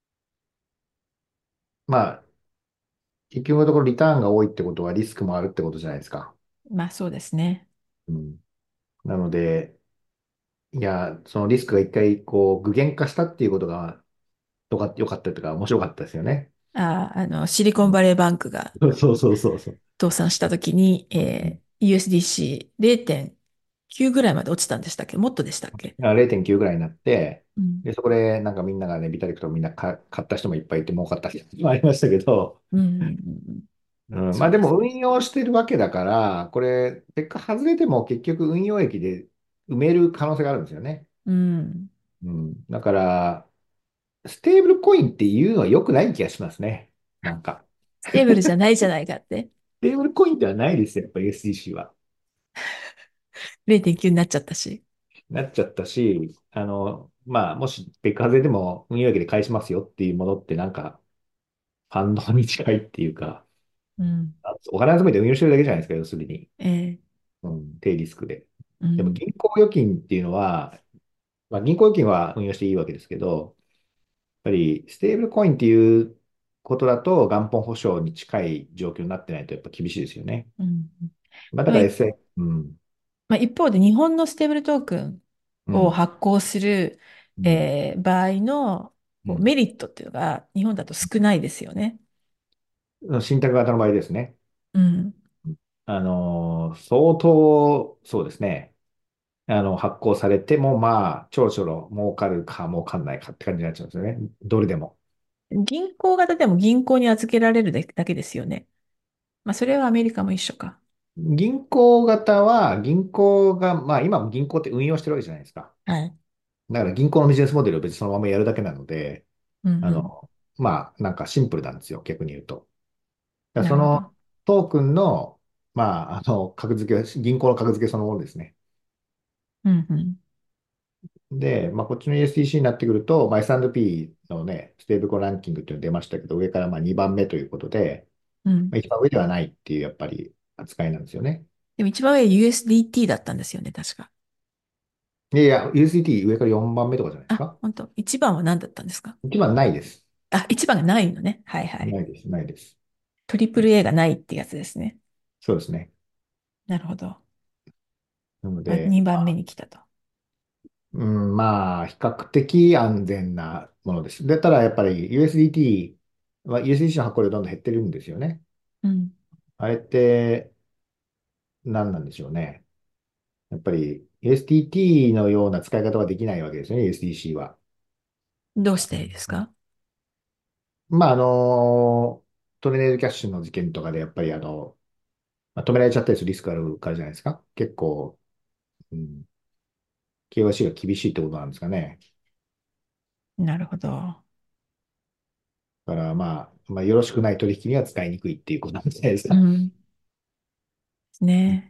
まあ、結局のところリターンが多いってことはリスクもあるってことじゃないですか。 まあそうですね。 うん。なので、いや、そのリスクが一回こう具現化したっていうことがよかった、よかったというか面白かったですよね。 あ、あの、シリコうん。 ンバレーバンクがそうそうそうそう。 倒産したときに、 うん。 えー ユーエスディーシーれいてんきゅうぐらいまで落ちたんでしたっけ？もっとでしたっけ？ れいてんきゅうぐらいになって、 うん。 で、そこでなんかみんながね、ビタリクトみんなか買った人もいっぱいいて儲かった人もありましたけど、 うんうんうんうん。 うん、まあでもそうですね。 運用してるわけだから、これ、結果外れても結局運用益で埋める可能性があるんですよね。 うん。 うん。だから、ステーブルコインっていうのは良くない気がしますね。なんか。 ステーブルじゃないじゃないかって。 ステーブルコインではないですよ、やっぱり エスディーシー は。 れいてんきゅうになっちゃったし。 なっちゃったし、あの、まあ、もし、別風でも運用益で返しますよっていうものってなんか、反応に近いっていうか、 うん。 あお金集めて運用してるだけじゃないですか、要するに。 えーうん、低リスクで。でもうん。 銀行預金っていうのは、まあ、銀行預金は運用していいわけですけど、やっぱりステーブルコインっていうことだと元本保証に近い状況になってないとやっぱ厳しいですよね。 うん。 まあ、だからまあいエスエー、うん、 まあ、一方で日本のステーブルトークンをうん、 発行する、 うん、 えー場合のこううん。 メリットっていうのが日本だと少ないですよね。 信託型の場合ですね。 うん。 あのー相当、そうですね。あの、発行されても、まあ、ちょろちょろ儲かるか儲かんないかって感じになっちゃうんですよね。どれでも。 銀行型でも銀行に預けられるだけですよね。まあ、それはアメリカも一緒か。 銀行型は、銀行が、まあ、今も銀行って運用してるわけじゃないですか。 はい。 だから銀行のビジネスモデルを別にそのままやるだけなので、 うんうあの、まあ、なんかシンプルなんですよ、逆に言うと。だん。 からなるほど。 そのトークンの、まあ、あの、格付けは、銀行の格付けそのものですね。 うんうん。 で、まあ、こっちの イーエスディーシー になってくると、まあ、エスアンドピー のね、ステーブルコインランキングっていうのが出ましたけど、上からまあにばんめということで、 うん。 まあ、一番上ではないっていう、やっぱり扱いなんですよね。 でも一番上 ユーエスディーティー だったんですよね、確か。 いやいや、ユーエスディーティー 上からよんばんめとかじゃないですあ、 か。 本当。一番は何だったんですか？ 一番ないです。 あ、一番がないのね。はいはい。 ないです、ないです。 トリプル A がないってやつですね。 そうですね。 なるほど。まあ、 なので、 にばんめに来たと。 うん、まあ、比較的安全なものです。で、ただやっぱり ユーエスディーティー は ユーエスディーティー の発行量どんどん減ってるんですよね。 うん。 あれって何なんでしょうね。やっぱり ユーエスディーティー のような使い方はできないわけですよね、ユーエスディーシー は。 どうしてですか？ まあ、あの、トルネードキャッシュの事件とかでやっぱりあの、まあ止められちゃったりするリスクあるからじゃないですか。結構、うん、ケーワイシー が厳しいってことなんですかね。 なるほど。 だからまあ、まあ、よろしくない取引には使いにくいっていうことなんじゃないですか。 うん。ね。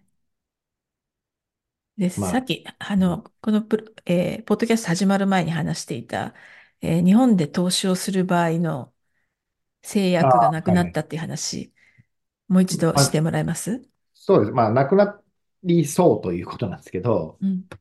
で、 まあ、 さっき、あの、このプロ、えーポッドキャスト始まる前に話していた、えー日本で投資をする場合の制あ約がなくあ、はいはい。 なったっていう話、もう一度まあ、 してもらえます？ そうです。まあ、なくなりそうということなんですけど、 うん。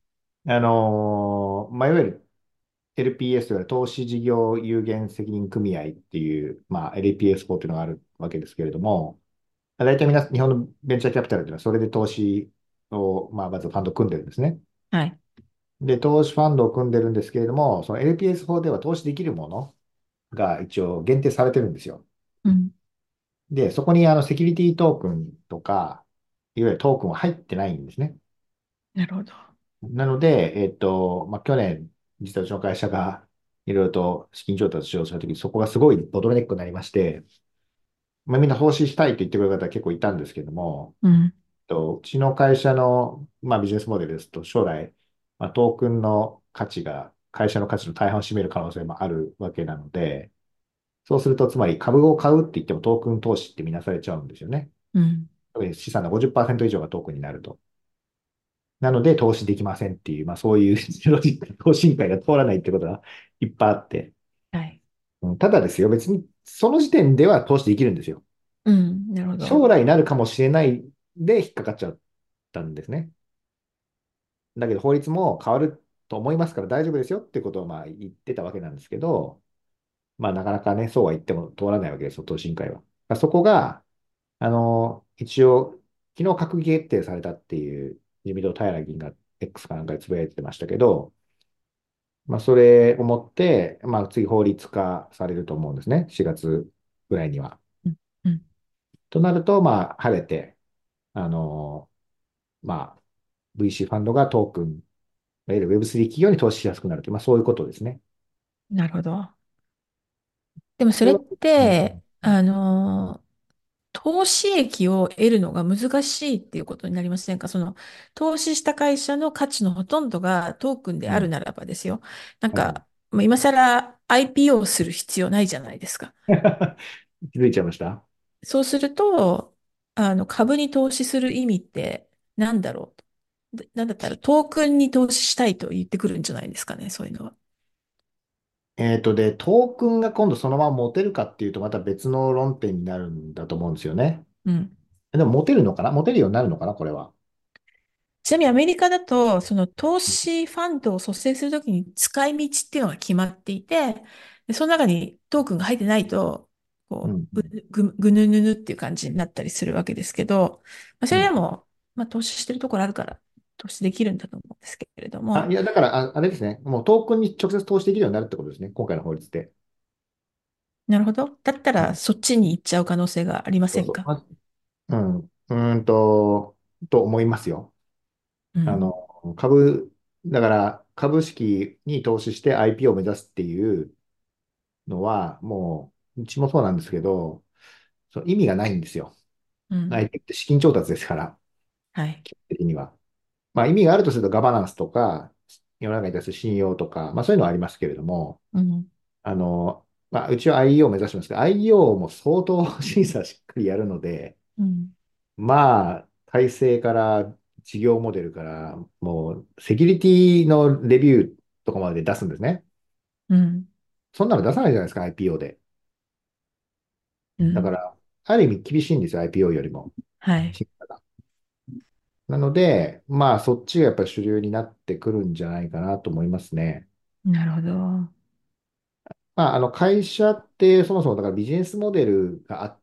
あのーまあ、いわゆる エルピーエス という投資事業有限責任組合っていう、まあ、エルピーエス 法というのがあるわけですけれども、大体みんな、日本のベンチャーキャピタルというのはそれで投資を、まあ、まずファンドを組んでるんですね。 はい。 で、投資ファンドを組んでるんですけれども、その エルピーエス 法では投資できるものが一応限定されてるんですよ。 うん。 で、そこにあのセキュリティトークンとか、いわゆるトークンは入ってないんですね。 なるほど。 なので、えっと、まあ、去年、実はうちの会社がいろいろと資金調達しようとしたときに、そこがすごいボトルネックになりまして、まあ、みんな投資したいと言ってくれる方は結構いたんですけども、 うん。 えっと、うちの会社の、まあ、ビジネスモデルですと、将来、まあ、トークンの価値が会社の価値の大半を占める可能性もあるわけなので、そうすると、つまり株を買うって言ってもトークン投資って見なされちゃうんですよね。 うん。 特に資産のごじゅっパーセント以上がトークンになると。なので、投資できませんっていう、まあそういうロジック、投資委員会が通らないってことがいっぱいあって。 はい。 うん、ただですよ、別にその時点では投資できるんですよ。 うん。なるほど。 将来なるかもしれないで引っかかっちゃったんですね。だけど法律も変わると思いますから大丈夫ですよってことをまあ言ってたわけなんですけど、まあなかなかね、そうは言っても通らないわけですよ、投資委員会は。そこが、あの、一応、昨日閣議決定されたっていう自民党平議員が X かなんかでつぶやいてましたけど、まあ、それをもって、まあ、次法律化されると思うんですね。しがつぐらいには。 うん。うん。 となると、まあ、晴れて、あのまあ、ブイシー ファンドがトークン、いわゆる ウェブスリー 企業に投資しやすくなるという、まあ、そういうことですね。 なるほど。でもそれっこれは、うん、 て、あの、投資益を得るのが難しいっていうことになりませんか？その、投資した会社の価値のほとんどがトークンでうん、 あるならばですよ。なんはい。 か、もう今更 アイピーオー する必要ないじゃないですか。 気づいちゃいました。 そうすると、あの、株に投資する意味って何だろうと。でなんだったらトークンに投資したいと言ってくるんじゃないですかね、そういうのは。 えっと、で、トークンが今度そのまま持てるかっていうと、また別の論点になるんだと思うんですよね。 うん。 でも、持てるのかな持てるようになるのかなこれは。 ちなみにアメリカだと、その投資ファンドを率先するときに使い道っていうのが決まっていて、でその中にトークンが入ってないと、こうん、 う、ぐ、ぐぬぬぬっていう感じになったりするわけですけど、まあ、そうん。 れでも、まあ、投資してるところあるから、投資できるんだと思うんですけれどあ、 も、 いや、だから、あ、あれですね。もうトークンに直接投資できるようになるってことですね。今回の法律で。 なるほど。だったら、 うん。 そっちに行っちゃう可能性がありまそうそう。 せんか？ まうん。うーんと、と思いますよ。 うん。 あの、株、だから株式に投資して アイピーオー を目指すっていうのは、もう、うちもそうなんですけど、そう意味がないんですよ。 うん。 アイピーオー って資金調達ですから、 はい。 基本的には。まあ意味があるとするとガバナンスとか、世の中に対する信用とか、まあそういうのはありますけれども、 うん。 あの、まあうちは アイイーオー を目指してますけど、アイイーオー も相当審査しっかりやるので、 うん。 まあ、体制から事業モデルから、もう、セキュリティのレビューとかまで出すんですね。 うん。 そんなの出さないじゃないですか、アイピーオー で。 うん。 だから、ある意味厳しいんですよ、アイピーオー よりも。 はい。 審査がなので、まあ、そっちがやっぱり主流になってくるんじゃないかなと思いますね。 なるほど。 まあ、あの、会社ってそもそもだからビジネスモデルがあって、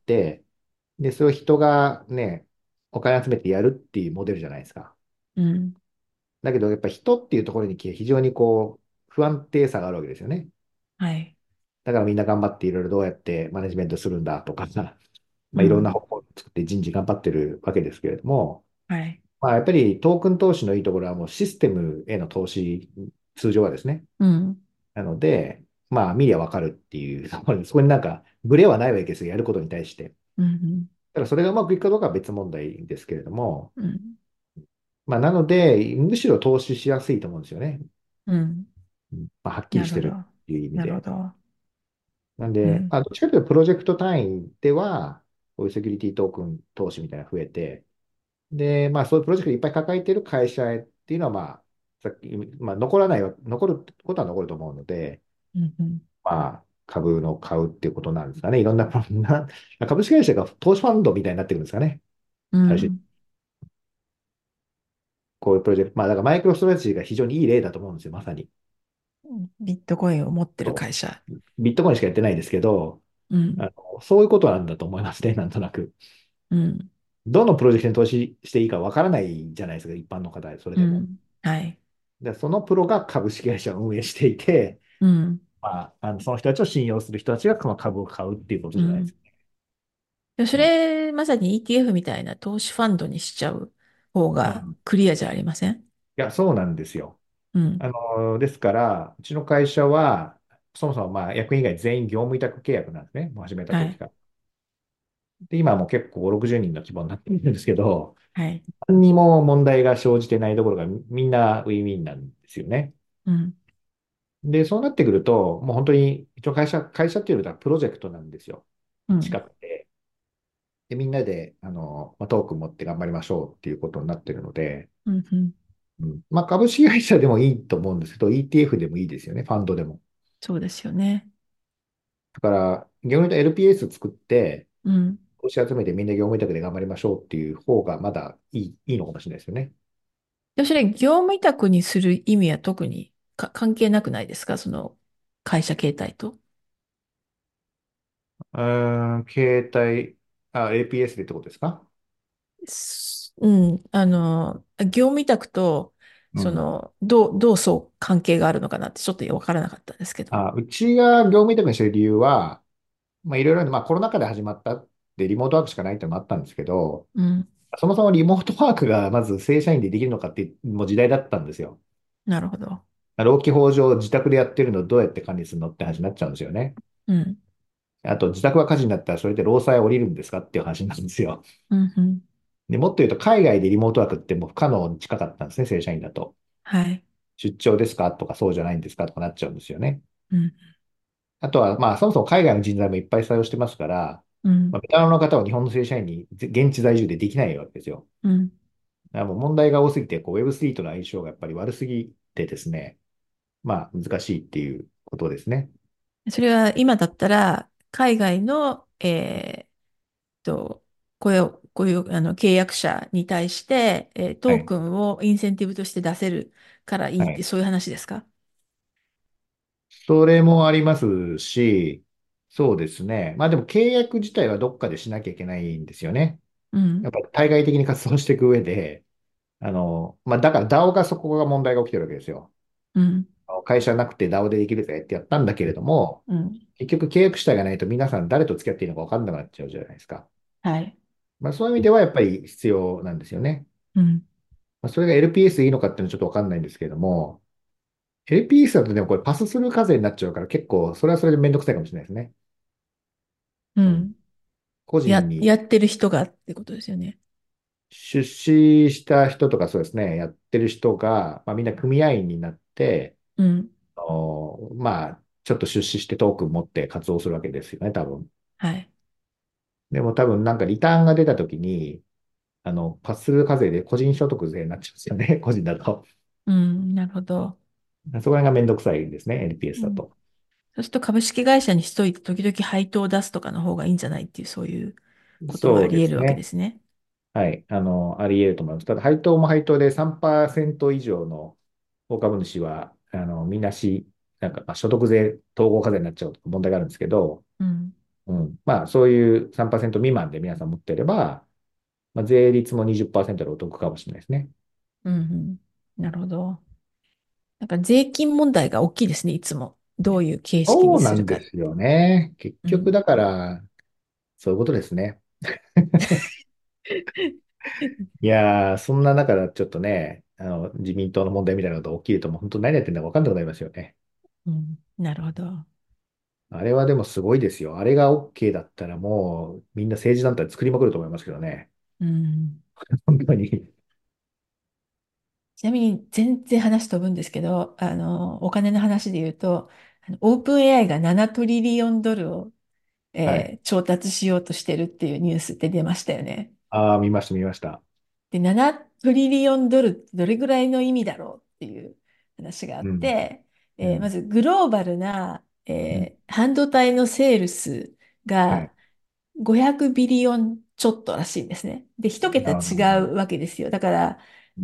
で、それを人がね、お金集めてやるっていうモデルじゃないですか。 うん。 だけど、やっぱ人っていうところに非常にこう、不安定さがあるわけですよね。 はい。 だからみんな頑張っていろいろどうやってマネジメントするんだとかさ、まあ、いろんなうん。 方法を作って人事頑張ってるわけですけれども、 はい。 まあ、やっぱりトークン投資のいいところはもうシステムへの投資、通常はですね。 うん。 なので、まあ見りゃわかるっていう、そこにそこになんかブレはないわけですよ、やることに対して。 うん。 だからそれがうまくいくかどうかは別問題ですけれども、 うん。 まあなので、むしろ投資しやすいと思うんですよね。 うん。 うんまあ、はっきりなるほど。 してるっていう意味なるほで。 ど。 なんで、 うん。 あ、どっちかというとプロジェクト単位では、こういうセキュリティトークン投資みたいなのが増えて、で、まあそういうプロジェクトいっぱい抱えている会社へっていうのは、まあ、さっき、まあ残らないわ、残ることは残ると思うので、 うん。うん。 まあ、株の買うっていうことなんですかね。いろんな、な株式会社が投資ファンドみたいになってるんですかね。最初。 うんこういうプロジェクト、まあだからマイクロストラテジーが非常にいい例だと思うんですよ、まさに。 ビットコインを持ってるそ会社。 うビットコインしかやってないですけど、 うん、 あの、そういうことなんだと思いますね、なんとなく。 うん、 どのプロジェクトに投資していいかわからないじゃないですか、一般の方、それでも。 うん。はい。 で、そのプロが株式会社を運営していて、 うん、 まあ、あのその人たちを信用する人たちがまあ株を買うっていうことうん。 じゃないですか。 でそうん。 れ、まさに イーティーエフ みたいな投資ファンドにしちゃう方がうん。いクリアじゃありません？ や、そうなんですよ。 うん。 あの、ですから、うちの会社は、そもそもまあ役員以外全員業務委託契約なんですね。もう始めたはい。 時から。で、今はもう結構ご、ろくじゅうにんの規模になっているんですけど、 はい。 何にも問題が生じてないところがみみんなウィンウィンなんですよね。 うん。 で、そうなってくると、もう本当に、一応会社、会社っていうよりはプロジェクトなんですよ。 うん。 近くて。で、みんなで、あの、まあ、トークン持って頑張りましょうっていうことになってるので、 うん。うん。 うん、まあ、株式会社でもいいと思うんですけど、イーティーエフ でもいいですよね、ファンドでも。 そうですよね。 だから、逆に言うと エルピーエス 作って、 うん。 投資集めてみんな業務委託で頑張りましょうっていう方がまだいい、いいのかもしれないですよね。 で、それ、業務委託にする意味は特にか関係なくないですか？その会社形態と。 うーん、携帯、あ、エーピーエス でってことですか？ すうん。あの、業務委託と、 うん。 その、どう、どうそう関係があるのかなってちょっとわからなかったんですけど。 あ、うちが業務委託にしてる理由は、まあ、いろいろ、まあ、コロナ禍で始まったってリモートワークしかないっていうのもあったんですけど、 うん。 そもそもリモートワークがまず正社員でできるのかっていうもう時代だったんですよ。 なるほど。 労基法上自宅でやってるのをどうやって管理するのって話になっちゃうんですよね。 うん。 あと、自宅が火事になったらそれで労災降りるんですかっていう話なんですよ。 うん。うん。 で、もっと言うと、海外でリモートワークってもう不可能に近かったんですね、正社員だと。 はい。 出張ですかとか、そうじゃないんですかとかなっちゃうんですよね。 うん。 あとは、まあ、そもそも海外の人材もいっぱい採用してますから、 うん。 まあ、ベテランの方は日本の正社員にぜ現地在住でできないわけですよ。 うん。 だからもう問題が多すぎて、こう ウェブスリー との相性がやっぱり悪すぎてですね、まあ、難しいっていうことですね。 それは今だったら、海外の、えーっと、雇用、雇用、あの、契約者に対して、えートーはい。 クンをインセンティブとして出せるからいいって、 はい。 そういう話ですか？ それもありますし、そうですね。まあでも契約自体はどっかでしなきゃいけないんですよね。 うん。 やっぱり対外的に活動していく上で、あの、まあだから ダオ がそこが問題が起きてるわけですよ。 うん。 あの会社なくて ダオ でできるぜってやったんだけれども、 うん。 結局契約主体がないと皆さん誰と付き合っていいのか分かんなくなっちゃうじゃないですか。 はい。 まあそういう意味ではやっぱり必要なんですよね。 うん。 まあ、それが エルピーエス でいいのかっていうのはちょっと分かんないんですけれども、エルピーエス だとでもこれパスする課税になっちゃうから結構それはそれでめんどくさいかもしれないですね。うん。 うん。や、 個人にやってる人がってことですよね。 出資した人とかそうですね、やってる人が、まあ、みんな組合員になって、 うん。 あのまあ、ちょっと出資してトークン持って活動するわけですよね、多分。 はい。 でも多分なんかリターンが出たときに、あの、パスする課税で個人所得税になっちゃうんですよね、個人だと。 うん。なるほど。 そこら辺がめんどくさいですね、エルピーエスうん。 だと。 そうすると株式会社にしといて時々配当を出すとかの方がいいんじゃないっていう、そういうことはあそうり得るわけでですね。 すね。 はい。あの、あり得ると思います。ただ、配当も配当でさんパーセント以上の大株主は、あの、みなし、なんか、まあ、所得税統合課税になっちゃうとか問題があるんですけど、 うん。 うん。まあ、そういうさんパーセント未満で皆さん持ってれば、まあ、税率もにじゅっパーセントでお得かもしれないですね。 うん。うん。なるほど。なんか税金問題が大きいですね、いつも。どういう形式そうなにするか。 んですよね。結うん。 局、だから、そういうことですね。いやー、そんな中だとちょっとね、あの、自民党の問題みたいなことが起きると、もう本当何やってんだか分かんなくなりますよね。 うん。なるほど。 あれはでもすごいですよ。あれが OK だったらもうみんな政治団体作りまくると思いますけどね。 うん。 本当に。 ちなみに全然話飛ぶんですけど、あの、お金の話で言うと、あのオープン エーアイ がななトリリオンドルを、 はい。 えー調達しようとしてるっていうニュースって出ましたよね。 ああ、見ました、見ました。 で、ななトリリオンドルってどれぐらいの意味だろうっていう話があっうん。 て、えーまうん。 ずグローバルな、 うん。 えー半導体のセールスはい。 がごひゃくビリオンちょっとらしいんですね。で、一桁違あー、 うわけですよ。だから、 うん。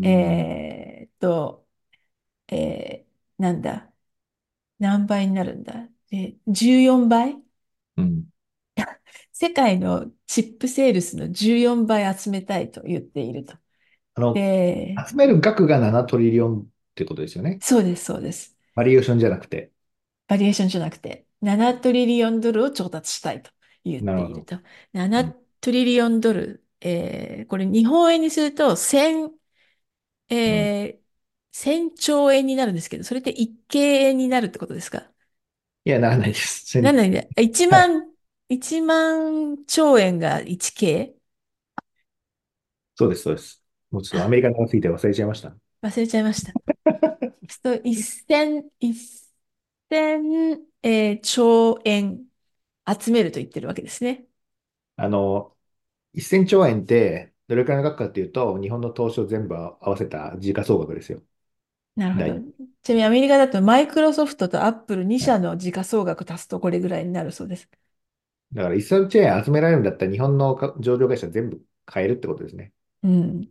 えーっと、えーなんだ、何倍になるんだ。え、じゅうよんばい。 うん。 世界のチップセールスのじゅうよんばい集めたいと言っていると。 あの、 で、 集める額がななトリリオンってことですよね。 そうです、そうです。 バリエーションじゃなくて。 バリエーションじゃなくて、ななトリリオンドルを調達したいと言っなるほど。 ていると。ななうん。 トリリオンドル、えーこれ日本円にするとせん、 うん。 えー、せんちょう円になるんですけど、それって一京円になるってことですか？ いや、ならないです。せんなので、1 はい。 万、いちまん兆円が いちケー？ そうです、そうです。もうちょっとアメあ、 リカのついて忘れちゃいました。 忘れちゃいました。そう、せん、せん、えー兆円集めると言ってるわけですね。 あの、せんちょう円ってどれくらいの額かっていうと、日本の投資を全部合わせた時価総額ですよ。 なるほど。 大ちなみにアメリカだとマイクロソフトとアップルにはい。 社の時価総額足すとこれぐらいになるそうです。 だからせんチェーン集められるんだったら日本のか上場会社全部買えるってことですね。 うん。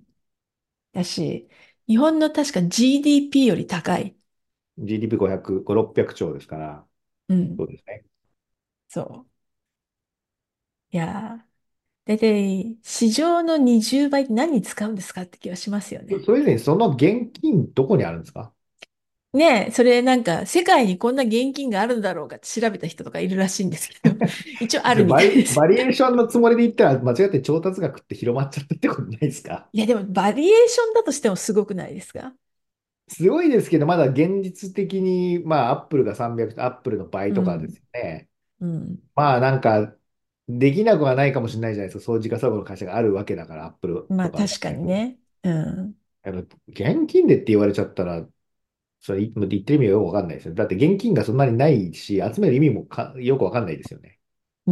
だし、日本の確か ジーディーピー より高い。 ジーディーピーごひゃく、ご、ろっぴゃく兆ですから、 うん。 そうですね。 そう。いやー、だいたい市場のにじゅうばいって何に使うんですかって気はしますよね。 それで、その現金どこにあるんですか？ ねえ、それなんか世界にこんな現金があるんだろうかって調べた人とかいるらしいんですけど、一応あるみそれバリ、 たいです。 バリエーションのつもりで言ったら間違って調達額って広まっちゃったってことないですか？ いや、でもバリエーションだとしてもすごくないですか？ すごいですけど、まだ現実的に、まあ、アップルがさんびゃく、アップルの倍うん。 とかですよね。 うん。 まあ、なんか、できなくはないかもしれないじゃないですか。そう時価総額の会社があるわけだから、アップルとかね。 まあ確かにね。うん。 あの、現金でって言われちゃったら、それ言ってる意味がよくわかんないですよ。だって現金がそんなにないし、集める意味もかよくわかんないですよね。 うん。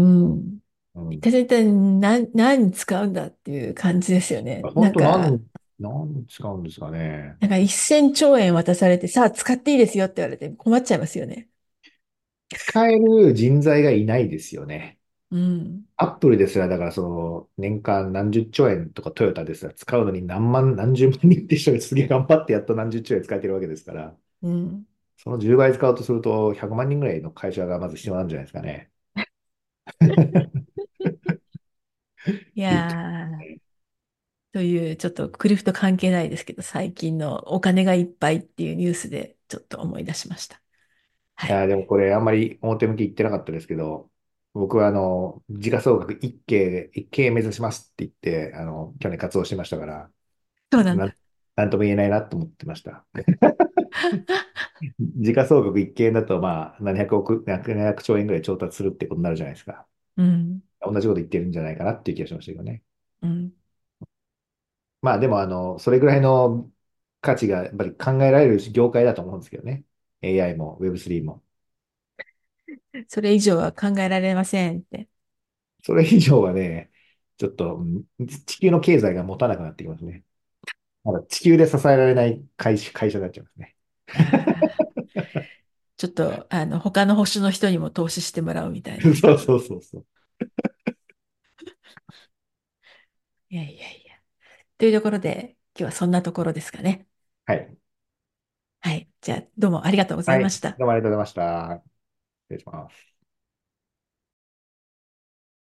うん。 一体一体何、何に使うんだっていう感じですよね。な本当なんか、 ん、なんに使うんですかね。 なんかせんちょう円渡されて、さあ使っていいですよって言われて困っちゃいますよね。 使える人材がいないですよね。 うん。 アップルですら、だからその、年間何十兆円とかトヨタですら使うのに何万、何十万人って人がすげえ頑張ってやっと何十兆円使えてるわけですから、 うん。 そのじゅうばい使うとするとひゃくまん人ぐらいの会社がまず必要なんじゃないですかね。 いびっくやー、という、ちょっとクリプト関係ないですけど、最近のお金がいっぱいっていうニュースでちょっと思い出しました。はい。 いやー、でもこれあんまり表向き言ってなかったですけど、僕はあの、時価総額いっけい、いっけい目指しますって言って、あの、去年活動してましたから、なん、 そうなんだ。 なんとも言えないなと思ってました。時価総額いっけいだと、まあ、ななひゃくおく、ななひゃくちょう円ぐらい調達するってことになるじゃないですか。 うん。 同じこと言ってるんじゃないかなっていう気がしましたけどね。 うん。 まあでも、あの、それぐらいの価値がやっぱり考えられる業界だと思うんですけどね。エーアイ も ウェブスリー も。 それ以上は考えられませんって。 それ以上はね、ちょっと、うん地球の経済が持たなくなってきますね。まだ地球で支えられない会社、会社になっちゃいますね。 あーちょっと、あの、他の星の人にも投資してもらうみたいな。 そうそうそうそう。 いやいやいや。というところで、今日はそんなところですかね。 はい。 はい。じゃあ、どうもありがとうございはい。 ました。 どうもありがとうございました。失礼します。